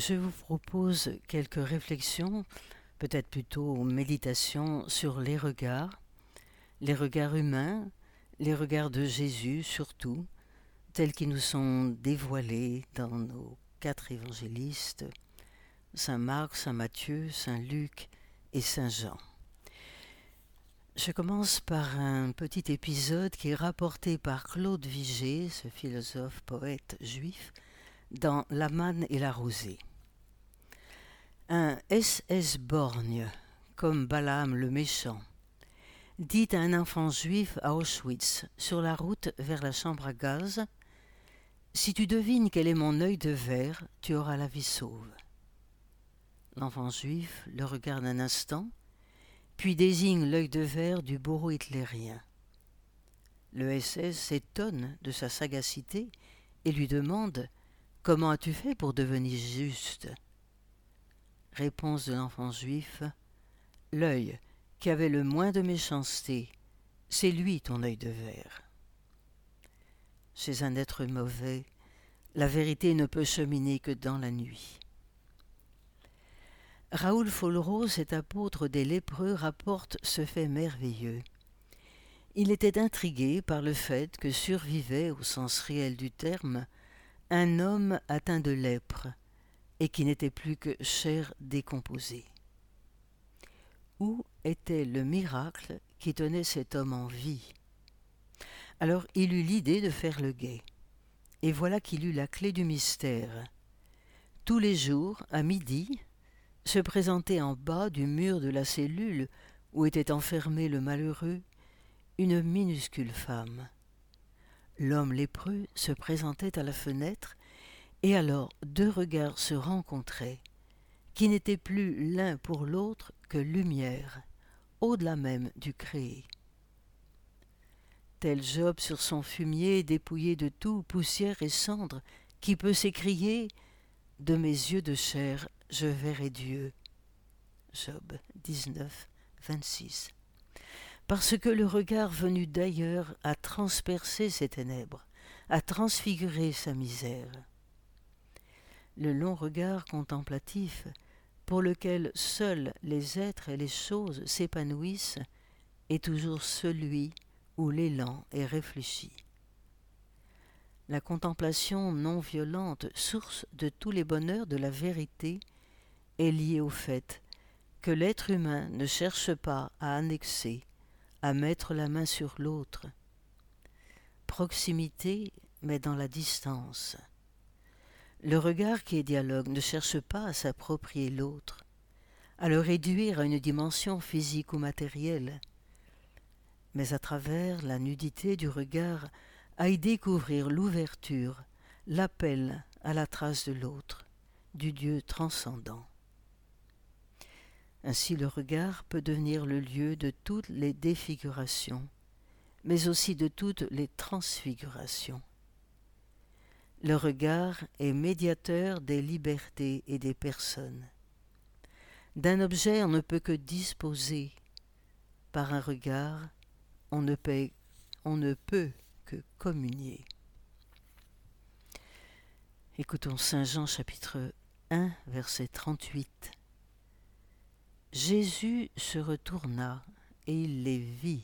Je vous propose quelques réflexions, peut-être plutôt méditations sur les regards humains, les regards de Jésus surtout, tels qu'ils nous sont dévoilés dans nos 4 évangélistes, Saint Marc, Saint Matthieu, Saint Luc et Saint Jean. Je commence par un petit épisode qui est rapporté par Claude Vigée, ce philosophe poète juif, dans La manne et la rosée. Un SS borgne, comme Balaam le méchant, dit à un enfant juif à Auschwitz, sur la route vers la chambre à gaz, « Si tu devines quel est mon œil de verre, tu auras la vie sauve. » L'enfant juif le regarde un instant, puis désigne l'œil de verre du bourreau hitlérien. Le SS s'étonne de sa sagacité et lui demande « Comment as-tu fait pour devenir juste ?» Réponse de l'enfant juif, « L'œil qui avait le moins de méchanceté, c'est lui ton œil de verre. » Chez un être mauvais, la vérité ne peut cheminer que dans la nuit. Raoul Follereau, cet apôtre des lépreux, rapporte ce fait merveilleux. Il était intrigué par le fait que survivait, au sens réel du terme, un homme atteint de lèpre et qui n'était plus que chair décomposée. Où était le miracle qui tenait cet homme en vie? Alors il eut l'idée de faire le guet. Et voilà qu'il eut la clé du mystère. Tous les jours, à midi, se présentait en bas du mur de la cellule où était enfermé le malheureux une minuscule femme. L'homme lépreux se présentait à la fenêtre et alors 2 regards se rencontraient, qui n'étaient plus l'un pour l'autre que lumière, au-delà même du créé. Tel Job sur son fumier dépouillé de tout, poussière et cendre, qui peut s'écrier « De mes yeux de chair, je verrai Dieu ». Job 19, 26. Parce que le regard venu d'ailleurs a transpercé ses ténèbres, a transfiguré sa misère. Le long regard contemplatif, pour lequel seuls les êtres et les choses s'épanouissent, est toujours celui où l'élan est réfléchi. La contemplation non violente, source de tous les bonheurs de la vérité, est liée au fait que l'être humain ne cherche pas à annexer, à mettre la main sur l'autre. Proximité, mais dans la distance. Le regard qui est dialogue ne cherche pas à s'approprier l'autre, à le réduire à une dimension physique ou matérielle, mais à travers la nudité du regard, à y découvrir l'ouverture, l'appel à la trace de l'autre, du Dieu transcendant. Ainsi le regard peut devenir le lieu de toutes les défigurations, mais aussi de toutes les transfigurations. Le regard est médiateur des libertés et des personnes. D'un objet on ne peut que disposer. Par un regard, on ne peut que communier. Écoutons Saint Jean chapitre 1, verset 38. Jésus se retourna et il les vit.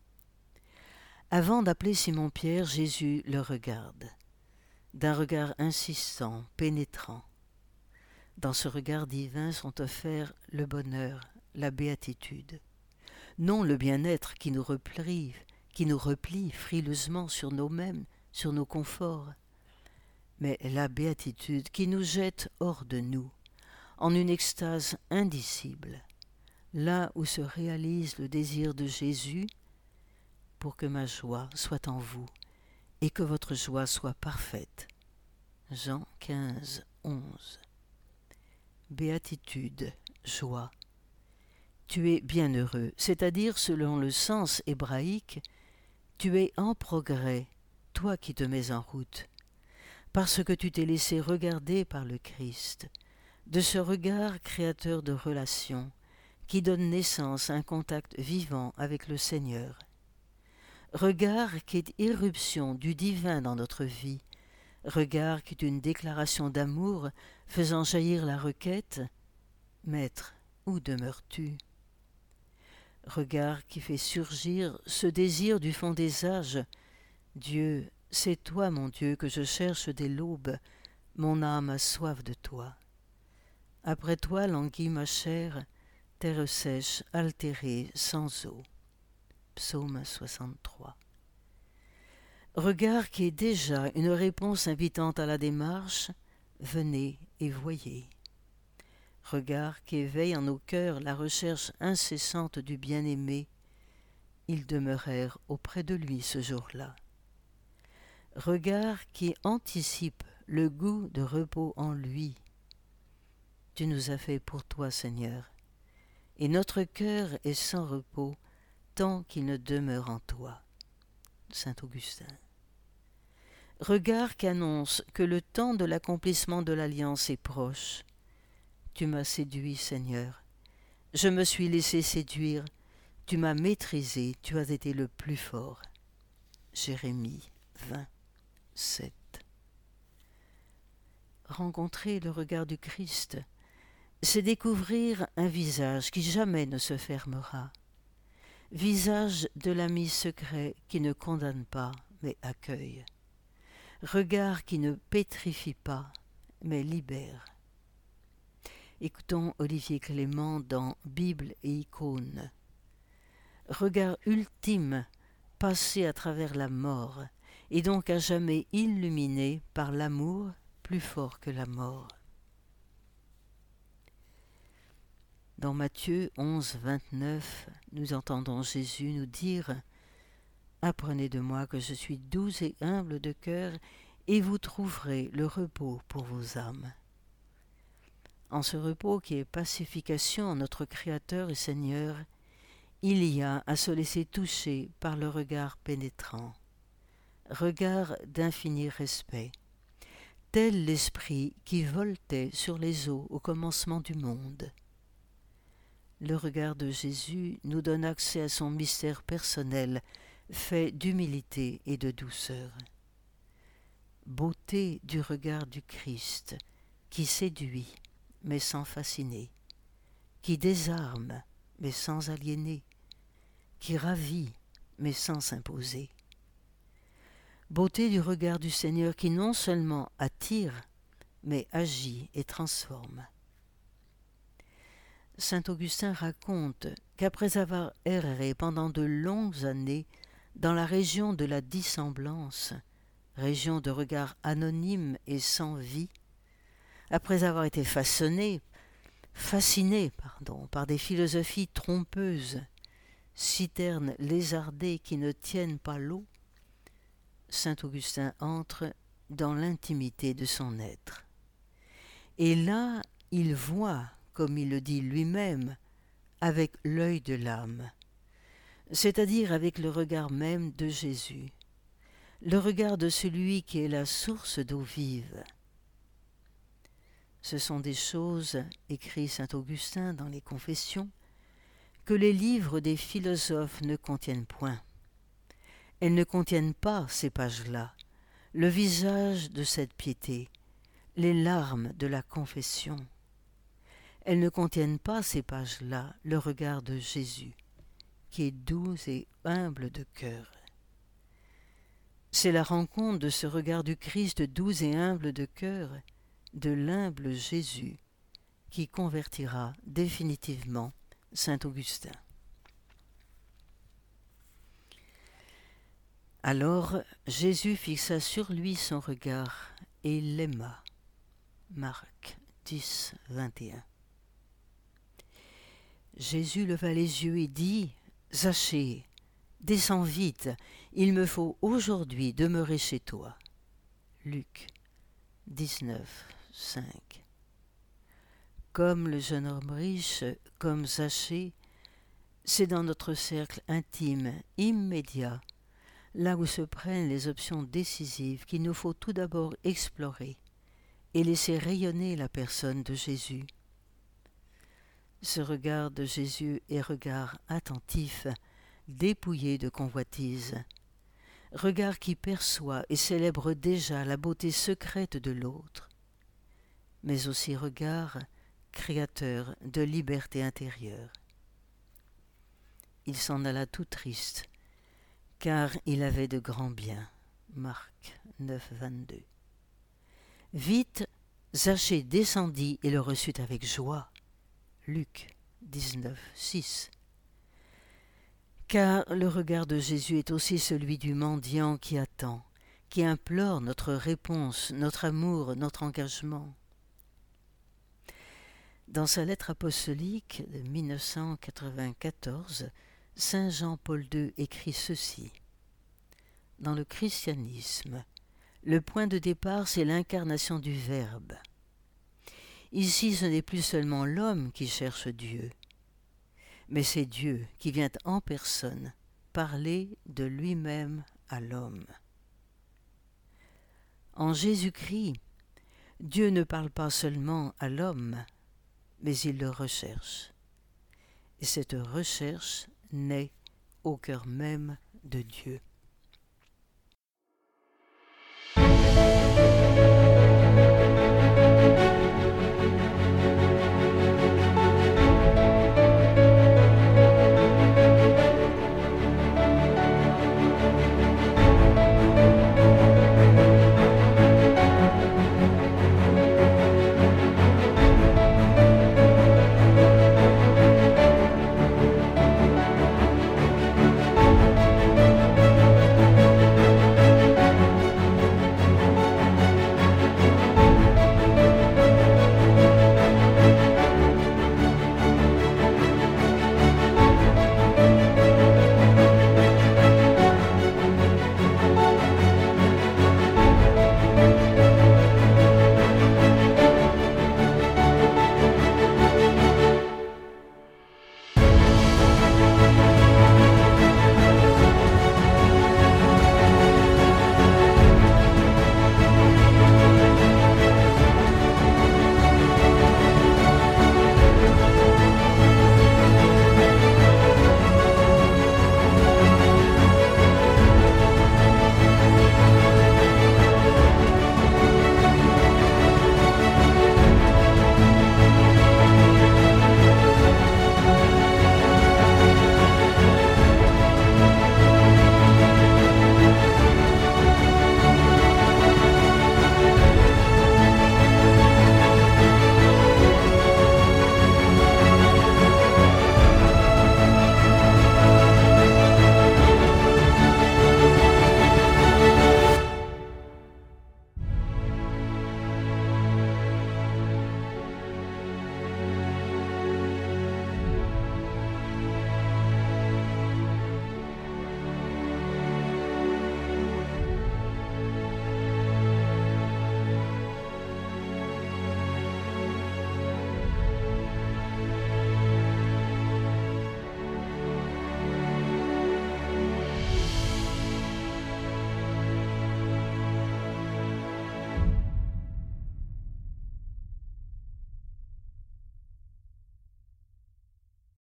Avant d'appeler Simon-Pierre, Jésus le regarde, d'un regard insistant, pénétrant. Dans ce regard divin sont offerts le bonheur, la béatitude. Non le bien-être qui nous replie frileusement sur nous-mêmes, sur nos conforts, mais la béatitude qui nous jette hors de nous, en une extase indicible, là où se réalise le désir de Jésus, pour que ma joie soit en vous et que votre joie soit parfaite. Jean 15, 11. Béatitude, joie. Tu es bienheureux, c'est-à-dire selon le sens hébraïque, tu es en progrès, toi qui te mets en route, parce que tu t'es laissé regarder par le Christ, de ce regard créateur de relations, qui donne naissance à un contact vivant avec le Seigneur. Regard qui est irruption du divin dans notre vie, regard qui est une déclaration d'amour faisant jaillir la requête « Maître, où demeures-tu » Regard qui fait surgir ce désir du fond des âges « Dieu, c'est toi mon Dieu que je cherche dès l'aube, mon âme a soif de toi. » Après toi languit ma chair, terre sèche, altérée, sans eau. Psaume 63. Regard qui est déjà une réponse invitant à la démarche, venez et voyez. Regard qui éveille en nos cœurs la recherche incessante du bien-aimé, ils demeurèrent auprès de lui ce jour-là. Regard qui anticipe le goût de repos en lui. Tu nous as fait pour toi, Seigneur, et notre cœur est sans repos tant qu'il ne demeure en toi. Saint Augustin. Regard qui annonce que le temps de l'accomplissement de l'alliance est proche. Tu m'as séduit, Seigneur. Je me suis laissé séduire. Tu m'as maîtrisé. Tu as été le plus fort. Jérémie 20, 7. Rencontrer le regard du Christ, c'est découvrir un visage qui jamais ne se fermera. Visage de l'ami secret qui ne condamne pas, mais accueille. Regard qui ne pétrifie pas, mais libère. Écoutons Olivier Clément dans Bible et icônes. Regard ultime, passé à travers la mort, et donc à jamais illuminé par l'amour plus fort que la mort. Dans Matthieu 11, 29, nous entendons Jésus nous dire « Apprenez de moi que je suis doux et humble de cœur, et vous trouverez le repos pour vos âmes. » En ce repos qui est pacification en notre Créateur et Seigneur, il y a à se laisser toucher par le regard pénétrant, regard d'infini respect, tel l'esprit qui voltait sur les eaux au commencement du monde. Le regard de Jésus nous donne accès à son mystère personnel, fait d'humilité et de douceur. Beauté du regard du Christ, qui séduit, mais sans fasciner, qui désarme, mais sans aliéner, qui ravit, mais sans s'imposer. Beauté du regard du Seigneur qui non seulement attire, mais agit et transforme. Saint Augustin raconte qu'après avoir erré pendant de longues années dans la région de la dissemblance, région de regard anonyme et sans vie, après avoir été fasciné par des philosophies trompeuses, citernes lézardées qui ne tiennent pas l'eau, Saint Augustin entre dans l'intimité de son être. Et là, il voit, comme il le dit lui-même, avec l'œil de l'âme, c'est-à-dire avec le regard même de Jésus, le regard de celui qui est la source d'eau vive. Ce sont des choses, écrit saint Augustin dans les Confessions, que les livres des philosophes ne contiennent point. Elles ne contiennent pas, ces pages-là, le visage de cette piété, les larmes de la confession. Elles ne contiennent pas, ces pages-là, le regard de Jésus, qui est doux et humble de cœur. C'est la rencontre de ce regard du Christ doux et humble de cœur, de l'humble Jésus, qui convertira définitivement saint Augustin. Alors Jésus fixa sur lui son regard et l'aima. Marc 10, 21. Jésus leva les yeux et dit « Zachée, descends vite, il me faut aujourd'hui demeurer chez toi. » Luc 19, 5. Comme le jeune homme riche, comme Zachée, c'est dans notre cercle intime, immédiat, là où se prennent les options décisives qu'il nous faut tout d'abord explorer et laisser rayonner la personne de Jésus. Ce regard de Jésus est regard attentif, dépouillé de convoitise, regard qui perçoit et célèbre déjà la beauté secrète de l'autre, mais aussi regard créateur de liberté intérieure. Il s'en alla tout triste, car il avait de grands biens. Marc 9, 22. Vite, Zachée descendit et le reçut avec joie. Luc 19, 6. Car le regard de Jésus est aussi celui du mendiant qui attend, qui implore notre réponse, notre amour, notre engagement. Dans sa lettre apostolique de 1994, Saint Jean-Paul II écrit ceci. Dans le christianisme, le point de départ, c'est l'incarnation du Verbe. Ici, ce n'est plus seulement l'homme qui cherche Dieu, mais c'est Dieu qui vient en personne parler de lui-même à l'homme. En Jésus-Christ, Dieu ne parle pas seulement à l'homme, mais il le recherche. Et cette recherche naît au cœur même de Dieu.